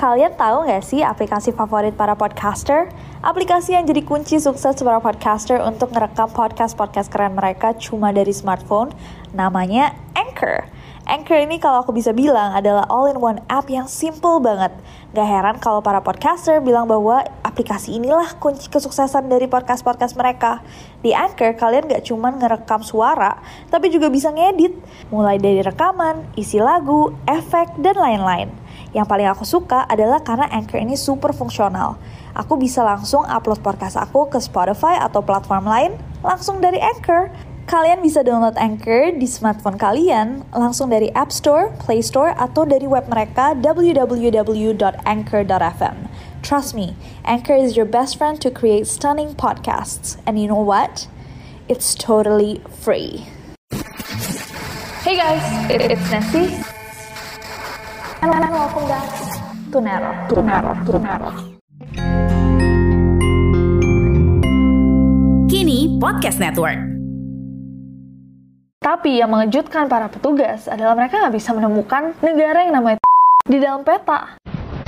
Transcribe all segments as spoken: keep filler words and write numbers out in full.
Kalian tahu nggak sih aplikasi favorit para podcaster? Aplikasi yang jadi kunci sukses para podcaster untuk ngerekam podcast-podcast keren mereka cuma dari smartphone, namanya Anchor. Anchor ini kalau aku bisa bilang adalah all-in-one app yang simple banget. Gak heran kalau para podcaster bilang bahwa aplikasi inilah kunci kesuksesan dari podcast-podcast mereka. Di Anchor, kalian gak cuma ngerekam suara, tapi juga bisa ngedit. Mulai dari rekaman, isi lagu, efek, dan lain-lain. Yang paling aku suka adalah karena Anchor ini super fungsional. Aku bisa langsung upload podcast aku ke Spotify atau platform lain langsung dari Anchor. Kalian bisa download Anchor di smartphone kalian langsung dari App Store, Play Store, atau dari web mereka w w w dot anchor dot f m. Trust me, Anchor is your best friend to create stunning podcasts. And you know what? It's totally free. Hey guys, it's Nessie. And welcome back to Nero. To Nero. To Nero. Kini Podcast Network. Tapi yang mengejutkan para petugas adalah mereka nggak bisa menemukan negara yang namanya di dalam peta.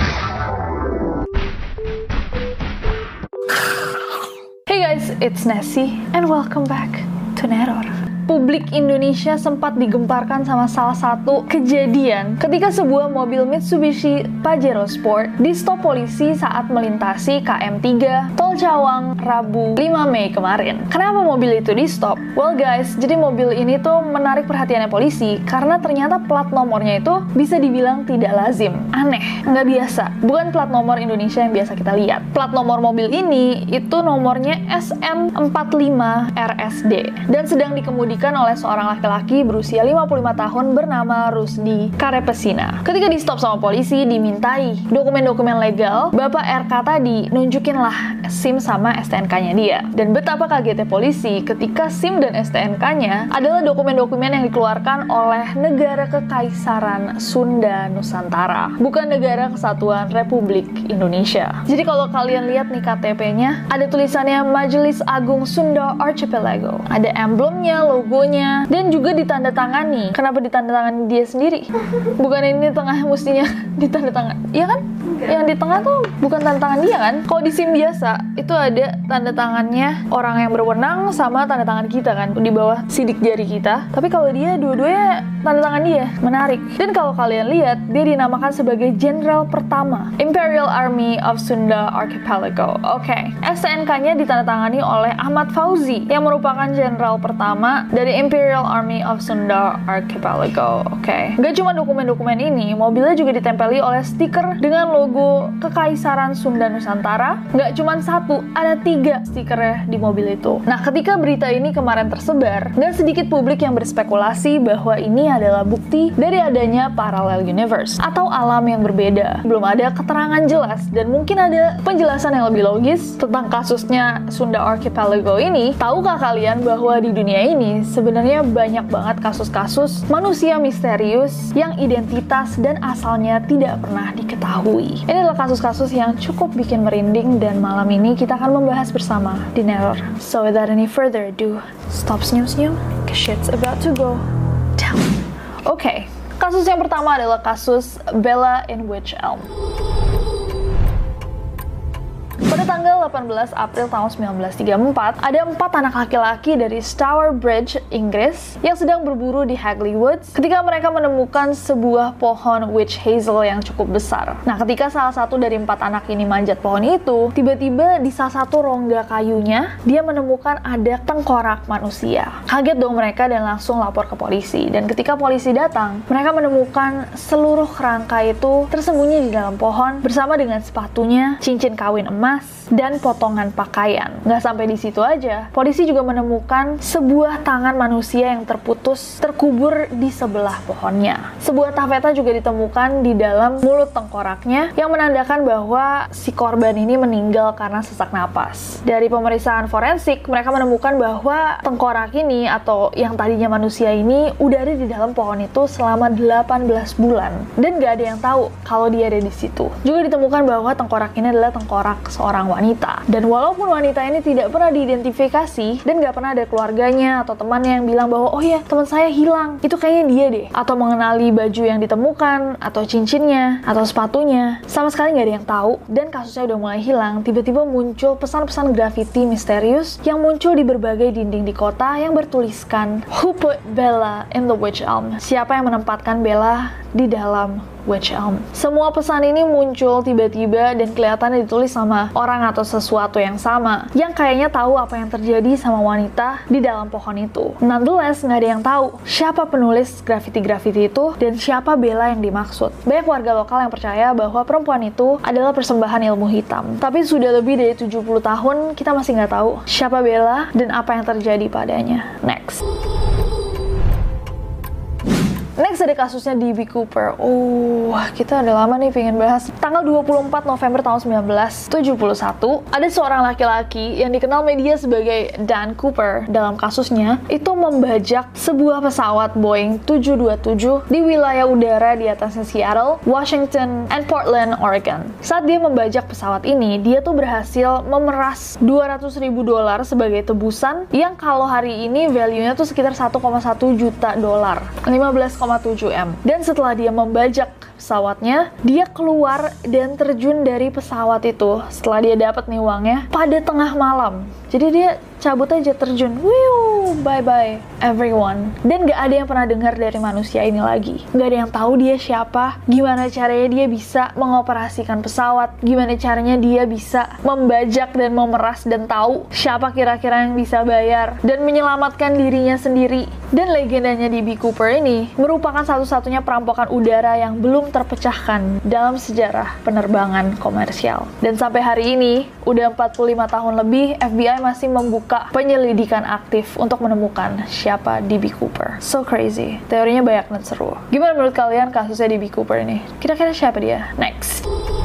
Hey guys, it's Nessie and welcome back to Neror. Publik Indonesia sempat digemparkan sama salah satu kejadian ketika sebuah mobil Mitsubishi Pajero Sport di-stop polisi saat melintasi K M tiga Tol Cawang Rabu lima Mei kemarin. Kenapa mobil itu di-stop? Well guys, jadi mobil ini tuh menarik perhatiannya polisi karena ternyata plat nomornya itu bisa dibilang tidak lazim, aneh, nggak biasa, bukan plat nomor Indonesia yang biasa kita lihat. Plat nomor mobil ini itu nomornya S N empat lima R S D dan sedang dikemudikan oleh seorang laki-laki berusia lima puluh lima tahun bernama Rusdi Karepesina. Ketika di stop sama polisi, dimintai dokumen-dokumen legal, Bapak R K tadi nunjukinlah SIM sama S T N K-nya dia. Dan betapa kagetnya polisi ketika SIM dan S T N K-nya adalah dokumen-dokumen yang dikeluarkan oleh negara Kekaisaran Sunda Nusantara, bukan negara Kesatuan Republik Indonesia. Jadi kalau kalian lihat nih K T P-nya, ada tulisannya Majelis Agung Sunda Archipelago. Ada emblemnya, logonya, dan juga ditandatangani. Kenapa ditandatangani dia sendiri? Bukan ini tengah mestinya ditandatangan, ya kan? Yang di tengah tuh bukan tanda tangan dia kan? Kalau di SIM biasa itu ada tanda tangannya orang yang berwenang sama tanda tangan kita kan di bawah sidik jari kita. Tapi kalau dia dua-duanya tanda tangan dia, menarik. Dan kalau kalian lihat, dia dinamakan sebagai Jenderal Pertama Imperial Army of Sunda Archipelago. Oke, okay. S T N K-nya ditandatangani oleh Ahmad Fauzi yang merupakan Jenderal Pertama dari Imperial Army of Sunda Archipelago. Oke, okay. Gak cuma dokumen-dokumen ini, mobilnya juga ditempeli oleh stiker dengan logo Kekaisaran Sunda Nusantara. Gak cuma satu, ada tiga stikernya di mobil itu. Nah, ketika berita ini kemarin tersebar, gak sedikit publik yang berspekulasi bahwa ini adalah bukti dari adanya parallel universe atau alam yang berbeda. Belum ada keterangan jelas dan mungkin ada penjelasan yang lebih logis tentang kasusnya Sunda Archipelago ini. Tahukah kalian bahwa di dunia ini sebenarnya banyak banget kasus-kasus manusia misterius yang identitas dan asalnya tidak pernah diketahui. Ini adalah kasus-kasus yang cukup bikin merinding dan malam ini kita akan membahas bersama di Neror. So without any further ado, stop senyum-senyum, cause shit's about to go down. Oke, okay. Kasus yang pertama adalah kasus Bella in Wych Elm. Pada tanggal delapan belas April tahun sembilan belas tiga puluh empat, ada empat anak laki-laki dari Stourbridge, Inggris, yang sedang berburu di Hagley Woods ketika mereka menemukan sebuah pohon witch hazel yang cukup besar. Nah, ketika salah satu dari empat anak ini manjat pohon itu, tiba-tiba di salah satu rongga kayunya, dia menemukan ada tengkorak manusia. Kaget dong mereka dan langsung lapor ke polisi. Dan ketika polisi datang, mereka menemukan seluruh kerangka itu tersembunyi di dalam pohon bersama dengan sepatunya, cincin kawin emas, dan potongan pakaian. Nggak sampai di situ aja, polisi juga menemukan sebuah tangan manusia yang terputus terkubur di sebelah pohonnya. Sebuah tafeta juga ditemukan di dalam mulut tengkoraknya yang menandakan bahwa si korban ini meninggal karena sesak napas. Dari pemeriksaan forensik, mereka menemukan bahwa tengkorak ini atau yang tadinya manusia ini udah ada di dalam pohon itu selama delapan belas bulan dan nggak ada yang tahu kalau dia ada di situ. Juga ditemukan bahwa tengkorak ini adalah tengkorak seorang wanita. Dan walaupun wanita ini tidak pernah diidentifikasi dan gak pernah ada keluarganya atau temannya yang bilang bahwa oh ya teman saya hilang, itu kayaknya dia deh, atau mengenali baju yang ditemukan atau cincinnya atau sepatunya, sama sekali gak ada yang tahu. Dan kasusnya udah mulai hilang, tiba-tiba muncul pesan-pesan grafiti misterius yang muncul di berbagai dinding di kota yang bertuliskan Who put Bella in the witch elm? Siapa yang menempatkan Bella di dalam witch elm? Semua pesan ini muncul tiba-tiba dan kelihatannya ditulis sama orang atau sesuatu yang sama, yang kayaknya tahu apa yang terjadi sama wanita di dalam pohon itu. Nonetheless, nggak ada yang tahu siapa penulis grafiti-grafiti itu dan siapa Bella yang dimaksud. Banyak warga lokal yang percaya bahwa perempuan itu adalah persembahan ilmu hitam. Tapi sudah lebih dari tujuh puluh tahun, kita masih nggak tahu siapa Bella dan apa yang terjadi padanya. Next. Next ada kasusnya D B Cooper. Oh, kita udah lama nih pengen bahas. Tanggal dua puluh empat November tahun sembilan belas tujuh puluh satu, ada seorang laki-laki yang dikenal media sebagai Dan Cooper dalam kasusnya, itu membajak sebuah pesawat Boeing tujuh dua tujuh di wilayah udara di atasnya Seattle, Washington, and Portland, Oregon. Saat dia membajak pesawat ini, dia tuh berhasil memeras dua ratus ribu dolar sebagai tebusan yang kalau hari ini value-nya tuh sekitar satu koma satu juta dolar, lima belas koma tujuh M. Dan setelah dia membajak pesawatnya, dia keluar dan terjun dari pesawat itu setelah dia dapat nih uangnya pada tengah malam. Jadi dia cabut aja, terjun, wiu, bye-bye everyone. Dan gak ada yang pernah dengar dari manusia ini lagi. Gak ada yang tahu dia siapa, gimana caranya dia bisa mengoperasikan pesawat, gimana caranya dia bisa membajak dan memeras dan tahu siapa kira-kira yang bisa bayar dan menyelamatkan dirinya sendiri. Dan legendanya D B Cooper ini merupakan satu-satunya perampokan udara yang belum terpecahkan dalam sejarah penerbangan komersial. Dan sampai hari ini, udah empat puluh lima tahun lebih, F B I masih membuka penyelidikan aktif untuk menemukan siapa D B Cooper. So crazy. Teorinya banyak dan seru. Gimana menurut kalian kasusnya D B Cooper ini? Kira-kira siapa dia? Next.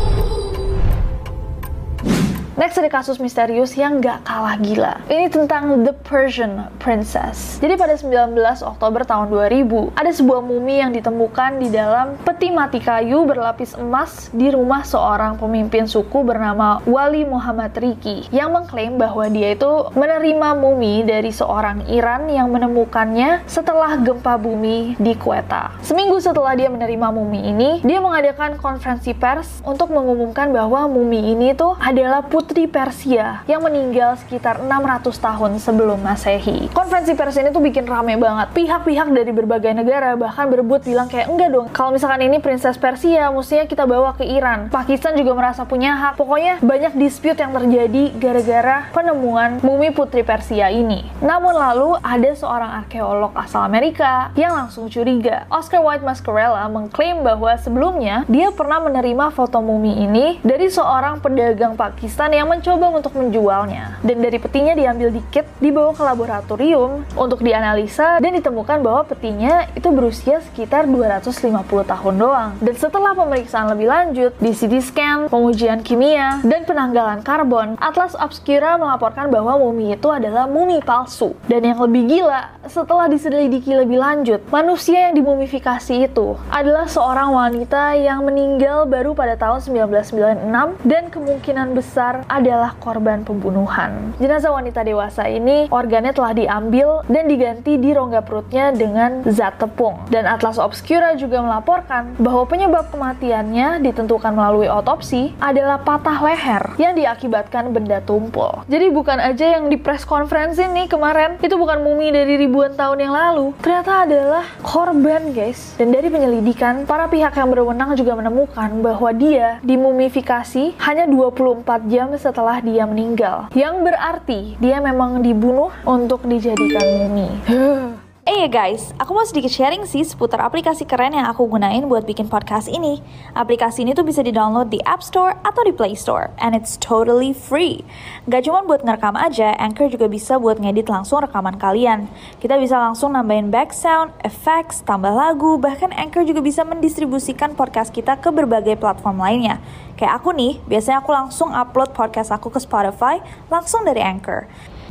Next ada kasus misterius yang gak kalah gila. Ini tentang The Persian Princess. Jadi pada sembilan belas Oktober tahun dua ribu, ada sebuah mumi yang ditemukan di dalam peti mati kayu berlapis emas di rumah seorang pemimpin suku bernama Wali Muhammad Riki, yang mengklaim bahwa dia itu menerima mumi dari seorang Iran yang menemukannya setelah gempa bumi di Quetta. Seminggu setelah dia menerima mumi ini, dia mengadakan konferensi pers untuk mengumumkan bahwa mumi ini tuh adalah putri Putri Persia yang meninggal sekitar enam ratus tahun sebelum Masehi. Konferensi pers ini tuh bikin rame banget. Pihak-pihak dari berbagai negara bahkan berebut bilang kayak enggak dong, kalau misalkan ini Princess Persia, mestinya kita bawa ke Iran. Pakistan juga merasa punya hak. Pokoknya banyak dispute yang terjadi gara-gara penemuan mumi Putri Persia ini. Namun lalu ada seorang arkeolog asal Amerika yang langsung curiga. Oscar White Mascarella mengklaim bahwa sebelumnya dia pernah menerima foto mumi ini dari seorang pedagang Pakistan yang mencoba untuk menjualnya. Dan dari petinya diambil dikit, dibawa ke laboratorium untuk dianalisa dan ditemukan bahwa petinya itu berusia sekitar dua ratus lima puluh tahun doang. Dan setelah pemeriksaan lebih lanjut, di C T scan, pengujian kimia, dan penanggalan karbon, Atlas Obscura melaporkan bahwa mumi itu adalah mumi palsu. Dan yang lebih gila, setelah diselidiki lebih lanjut, manusia yang dimumifikasi itu adalah seorang wanita yang meninggal baru pada tahun sembilan belas sembilan puluh enam dan kemungkinan besar adalah korban pembunuhan. Jenazah wanita dewasa ini organnya telah diambil dan diganti di rongga perutnya dengan zat tepung. Dan Atlas Obscura juga melaporkan bahwa penyebab kematiannya ditentukan melalui otopsi adalah patah leher yang diakibatkan benda tumpul. Jadi bukan aja yang di press conference ini kemarin, itu bukan mumi dari ribuan tahun yang lalu. Ternyata adalah korban, guys. Dan dari penyelidikan, para pihak yang berwenang juga menemukan bahwa dia dimumifikasi hanya dua puluh empat jam setelah dia meninggal, yang berarti dia memang dibunuh untuk dijadikan mumi. Eh hey guys, aku mau sedikit sharing sih seputar aplikasi keren yang aku gunain buat bikin podcast ini. Aplikasi ini tuh bisa di-download di App Store atau di Play Store, and it's totally free. Gak cuma buat ngerekam aja, Anchor juga bisa buat ngedit langsung rekaman kalian. Kita bisa langsung nambahin back sound, effects, tambah lagu, bahkan Anchor juga bisa mendistribusikan podcast kita ke berbagai platform lainnya. Kayak aku nih, biasanya aku langsung upload podcast aku ke Spotify langsung dari Anchor.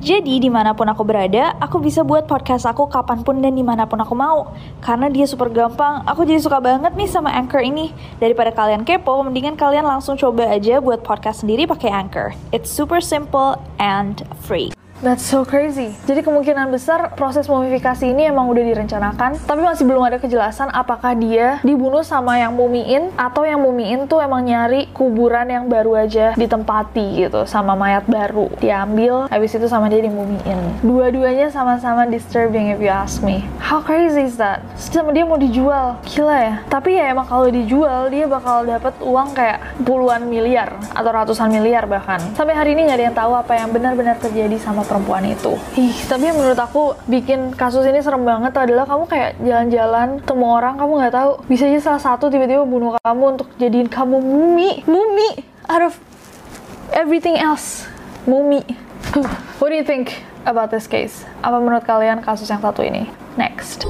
Jadi dimanapun aku berada, aku bisa buat podcast aku kapanpun dan dimanapun aku mau. Karena dia super gampang, aku jadi suka banget nih sama Anchor ini. Daripada kalian kepo, mendingan kalian langsung coba aja buat podcast sendiri pakai Anchor. It's super simple and free. That's so crazy. Jadi kemungkinan besar proses mumifikasi ini emang udah direncanakan, tapi masih belum ada kejelasan apakah dia dibunuh sama yang mumiin atau yang mumiin tuh emang nyari kuburan yang baru aja ditempati gitu sama mayat baru. Diambil, habis itu sama dia dimumiin. Dua-duanya sama-sama disturbing if you ask me. How crazy is that? Sama dia mau dijual. Gila ya. Tapi ya emang kalau dijual dia bakal dapat uang kayak puluhan miliar atau ratusan miliar bahkan. Sampai hari ini nggak ada yang tahu apa yang benar-benar terjadi sama perempuan itu. Ih, tapi yang menurut aku bikin kasus ini serem banget adalah kamu kayak jalan-jalan ketemu orang kamu nggak tahu, bisa aja salah satu tiba-tiba bunuh kamu untuk jadiin kamu mumi, mumi out of everything else, mumi. What do you think about this case? Apa menurut kalian kasus yang satu ini? Next.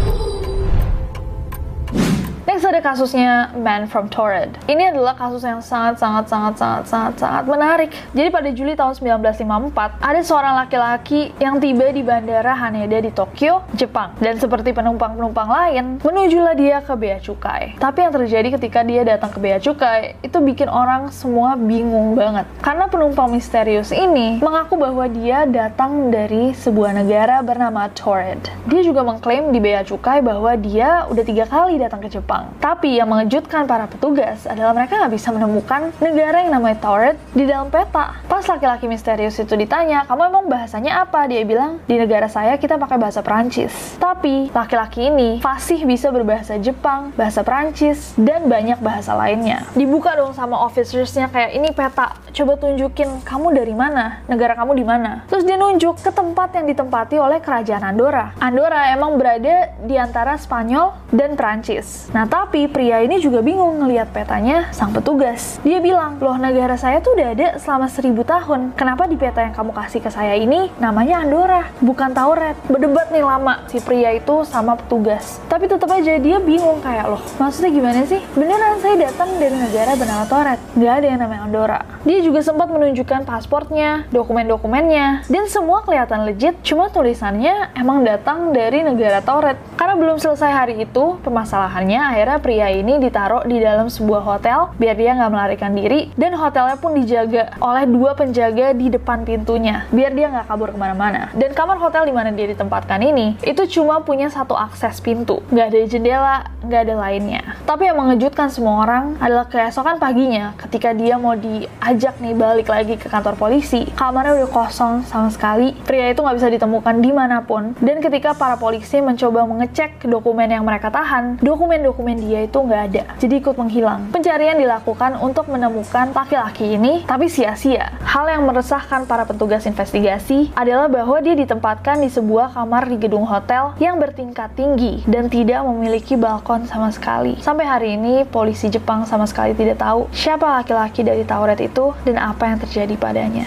Next ada kasusnya Man from Taured. Ini adalah kasus yang sangat sangat sangat sangat sangat sangat menarik. Jadi pada Juli tahun sembilan belas lima puluh empat, ada seorang laki-laki yang tiba di Bandara Haneda di Tokyo, Jepang. Dan seperti penumpang-penumpang lain, menujulah dia ke bea cukai. Tapi yang terjadi ketika dia datang ke bea cukai, itu bikin orang semua bingung banget. Karena penumpang misterius ini mengaku bahwa dia datang dari sebuah negara bernama Taured. Dia juga mengklaim di bea cukai bahwa dia udah tiga kali datang ke Jepang. Tapi yang mengejutkan para petugas adalah mereka nggak bisa menemukan negara yang namanya Taured di dalam peta. Pas laki-laki misterius itu ditanya, kamu emang bahasanya apa? Dia bilang, di negara saya kita pakai bahasa Perancis. Tapi laki-laki ini fasih bisa berbahasa Jepang, bahasa Perancis, dan banyak bahasa lainnya. Dibuka dong sama officersnya kayak, ini peta, coba tunjukin kamu dari mana, negara kamu di mana. Terus dia nunjuk ke tempat yang ditempati oleh kerajaan Andorra. Andorra emang berada di antara Spanyol dan Perancis. Nah, tapi pria ini juga bingung ngelihat petanya sang petugas. Dia bilang, loh negara saya tuh udah ada selama seribu tahun. Kenapa di peta yang kamu kasih ke saya ini namanya Andorra, bukan Taured? Berdebat nih lama si pria itu sama petugas. Tapi tetap aja dia bingung kayak, loh maksudnya gimana sih? Beneran saya datang dari negara bernama Taured. Gak ada yang namanya Andorra. Dia juga sempat menunjukkan pasportnya, dokumen-dokumennya, dan semua kelihatan legit, cuma tulisannya emang datang dari negara Taured. Karena belum selesai hari itu, permasalahannya akhirnya pria ini ditaruh di dalam sebuah hotel biar dia nggak melarikan diri, dan hotelnya pun dijaga oleh dua penjaga di depan pintunya biar dia nggak kabur kemana-mana. Dan kamar hotel di mana dia ditempatkan ini itu cuma punya satu akses pintu, nggak ada jendela, nggak ada lainnya. Tapi yang mengejutkan semua orang adalah keesokan paginya ketika dia mau diajak nih balik lagi ke kantor polisi, kamarnya udah kosong sama sekali. Pria itu nggak bisa ditemukan dimanapun, dan ketika para polisi mencoba mengecek dokumen yang mereka tahan, dokumen-dokumen dia itu nggak ada, jadi ikut menghilang. Pencarian dilakukan untuk menemukan laki-laki ini, tapi sia-sia. Hal yang meresahkan para petugas investigasi adalah bahwa dia ditempatkan di sebuah kamar di gedung hotel yang bertingkat tinggi dan tidak memiliki balkon sama sekali. Sampai hari ini, polisi Jepang sama sekali tidak tahu siapa laki-laki dari Taured itu dan apa yang terjadi padanya.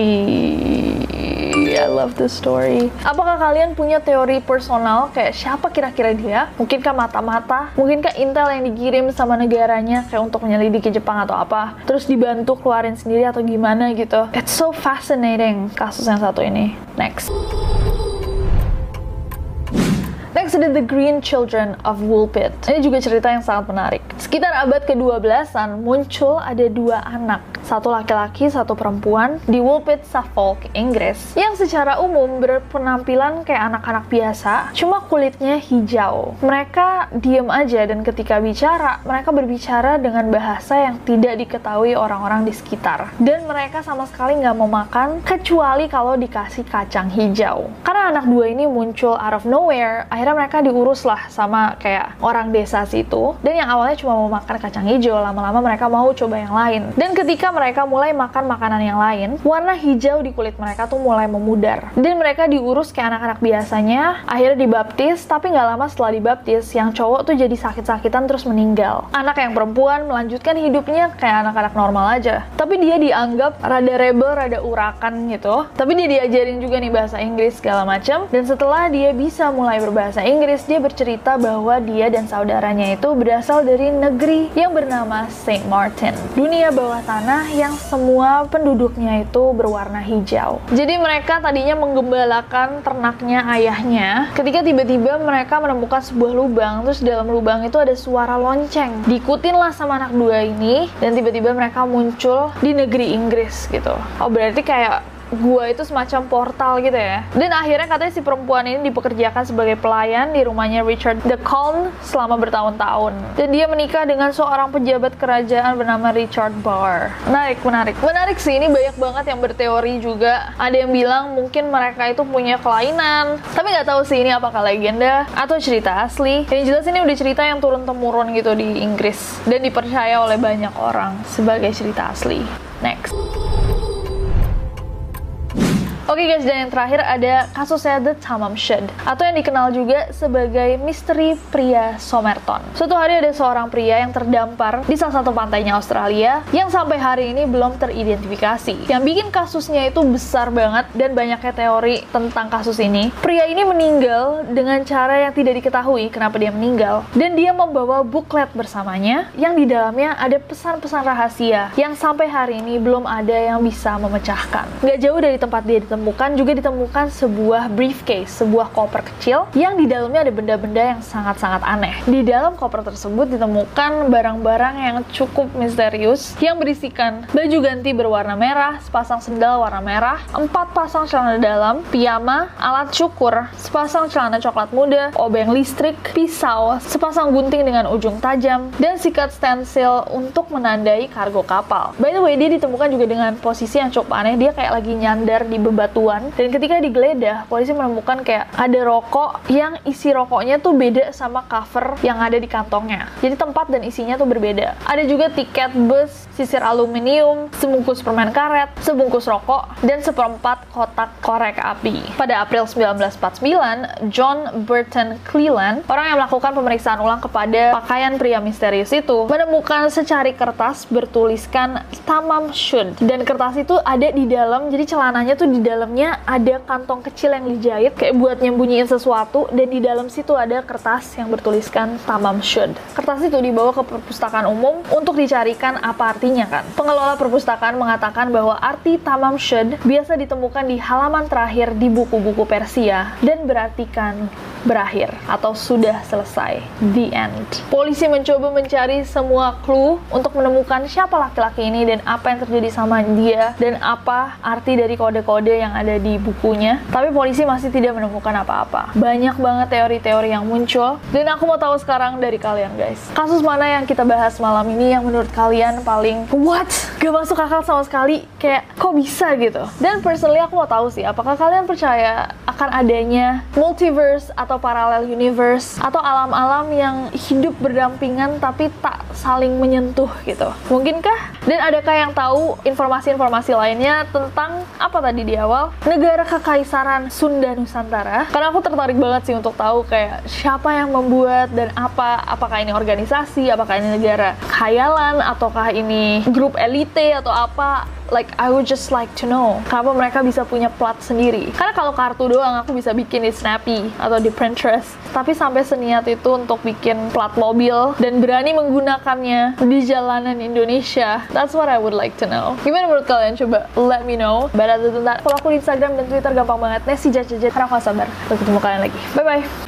Hii, I love the story. Apakah kalian punya teori personal kayak siapa kira-kira dia? Mungkinkah mata-mata? Mungkinkah intel yang dikirim sama negaranya kayak untuk menyelidiki Jepang atau apa? Terus dibantu keluarin sendiri atau gimana gitu? It's so fascinating kasus yang satu ini. Next. Next ada The Green Children of Woolpit. Ini juga cerita yang sangat menarik. Sekitar abad kedua belasan muncul ada dua anak, satu laki-laki, satu perempuan di Woolpit, Suffolk, Inggris, yang secara umum berpenampilan kayak anak-anak biasa, cuma kulitnya hijau. Mereka diem aja dan ketika bicara, mereka berbicara dengan bahasa yang tidak diketahui orang-orang di sekitar. Dan mereka sama sekali nggak mau makan kecuali kalau dikasih kacang hijau. Karena anak dua ini muncul out of nowhere, akhirnya mereka diurus lah sama kayak orang desa situ, dan yang awalnya cuma mau makan kacang hijau, lama-lama mereka mau coba yang lain. Dan ketika mereka mulai makan makanan yang lain, warna hijau di kulit mereka tuh mulai memudar, dan mereka diurus kayak anak-anak biasanya. Akhirnya dibaptis, tapi nggak lama setelah dibaptis, yang cowok tuh jadi sakit-sakitan terus meninggal. Anak yang perempuan melanjutkan hidupnya kayak anak-anak normal aja, tapi dia dianggap rada rebel, rada urakan gitu. Tapi dia diajarin juga nih bahasa Inggris segala macam, dan setelah dia bisa mulai berbahasa Inggris, dia bercerita bahwa dia dan saudaranya itu berasal dari negeri yang bernama Saint Martin, dunia bawah tanah tanah yang semua penduduknya itu berwarna hijau. Jadi mereka tadinya menggembalakan ternaknya ayahnya, ketika tiba-tiba mereka menemukan sebuah lubang, terus dalam lubang itu ada suara lonceng. Diikutin lah sama anak dua ini, dan tiba-tiba mereka muncul di negeri Inggris gitu. Oh, berarti kayak gua itu semacam portal gitu ya. Dan akhirnya katanya si perempuan ini dipekerjakan sebagai pelayan di rumahnya Richard the Conde selama bertahun-tahun. Dan dia menikah dengan seorang pejabat kerajaan bernama Richard Barr. Menarik, menarik. Menarik sih, ini banyak banget yang berteori juga. Ada yang bilang mungkin mereka itu punya kelainan. Tapi nggak tahu sih ini apakah legenda atau cerita asli. Yang jelas ini udah cerita yang turun-temurun gitu di Inggris. Dan dipercaya oleh banyak orang sebagai cerita asli. Next. Oke okay guys, dan yang terakhir ada kasusnya The Tamam Shud, atau yang dikenal juga sebagai misteri pria Somerton. Suatu hari ada seorang pria yang terdampar di salah satu pantainya Australia yang sampai hari ini belum teridentifikasi. Yang bikin kasusnya itu besar banget dan banyaknya teori tentang kasus ini. Pria ini meninggal dengan cara yang tidak diketahui kenapa dia meninggal, dan dia membawa buklet bersamanya yang di dalamnya ada pesan-pesan rahasia yang sampai hari ini belum ada yang bisa memecahkan. Gak jauh dari tempat dia ditemukan Ditemukan juga ditemukan sebuah briefcase, sebuah koper kecil yang di dalamnya ada benda-benda yang sangat-sangat aneh. Di dalam koper tersebut ditemukan barang-barang yang cukup misterius yang berisikan baju ganti berwarna merah, sepasang sendal warna merah, empat pasang celana dalam, piyama, alat cukur, sepasang celana coklat muda, obeng listrik, pisau, sepasang gunting dengan ujung tajam, dan sikat stensil untuk menandai kargo kapal. By the way, dia ditemukan juga dengan posisi yang cukup aneh. Dia kayak lagi nyandar di bebatuan, dan ketika digeledah, polisi menemukan kayak ada rokok yang isi rokoknya tuh beda sama cover yang ada di kantongnya. Jadi tempat dan isinya tuh berbeda. Ada juga tiket bus, sisir aluminium, sebungkus permen karet, sebungkus rokok, dan seperempat kotak korek api. Pada April sembilan belas empat puluh sembilan, John Burton Cleland, orang yang melakukan pemeriksaan ulang kepada pakaian pria misterius itu, menemukan secari kertas bertuliskan Tamam Shud, dan kertas itu ada di dalam, jadi celananya tuh di dalamnya ada kantong kecil yang dijahit kayak buat nyembunyiin sesuatu, dan di dalam situ ada kertas yang bertuliskan Tamam Shud. Kertas itu dibawa ke perpustakaan umum untuk dicarikan apa artinya kan. Pengelola perpustakaan mengatakan bahwa arti Tamam Shud biasa ditemukan di halaman terakhir di buku-buku Persia dan berartikan berakhir atau sudah selesai, the end. Polisi mencoba mencari semua clue untuk menemukan siapa laki-laki ini dan apa yang terjadi sama dia dan apa arti dari kode-kode yang ada di bukunya, tapi polisi masih tidak menemukan apa-apa. Banyak banget teori-teori yang muncul, dan aku mau tahu sekarang dari kalian guys, kasus mana yang kita bahas malam ini yang menurut kalian paling what? Gak masuk akal sama sekali, kayak kok bisa gitu. Dan personally aku mau tahu sih, apakah kalian percaya akan adanya multiverse atau parallel universe atau alam-alam yang hidup berdampingan tapi tak saling menyentuh gitu? Mungkinkah? Dan adakah yang tahu informasi-informasi lainnya tentang apa tadi di awal? Negara Kekaisaran Sunda Nusantara. Karena aku tertarik banget sih untuk tahu kayak siapa yang membuat dan apa, apakah ini organisasi, apakah ini negara khayalan, ataukah ini grup elite atau apa. Like, I would just like to know kenapa mereka bisa punya plat sendiri. Karena kalau kartu doang aku bisa bikin di Snappy atau di Pinterest, tapi sampai seniat itu untuk bikin plat mobil dan berani menggunakannya di jalanan Indonesia, that's what I would like to know. Gimana menurut kalian? Coba let me know. But other than that, follow aku di Instagram dan Twitter gampang banget, Nessie Jat Jat Jat. Karena aku gak sabar untuk ketemu kalian lagi. Bye bye.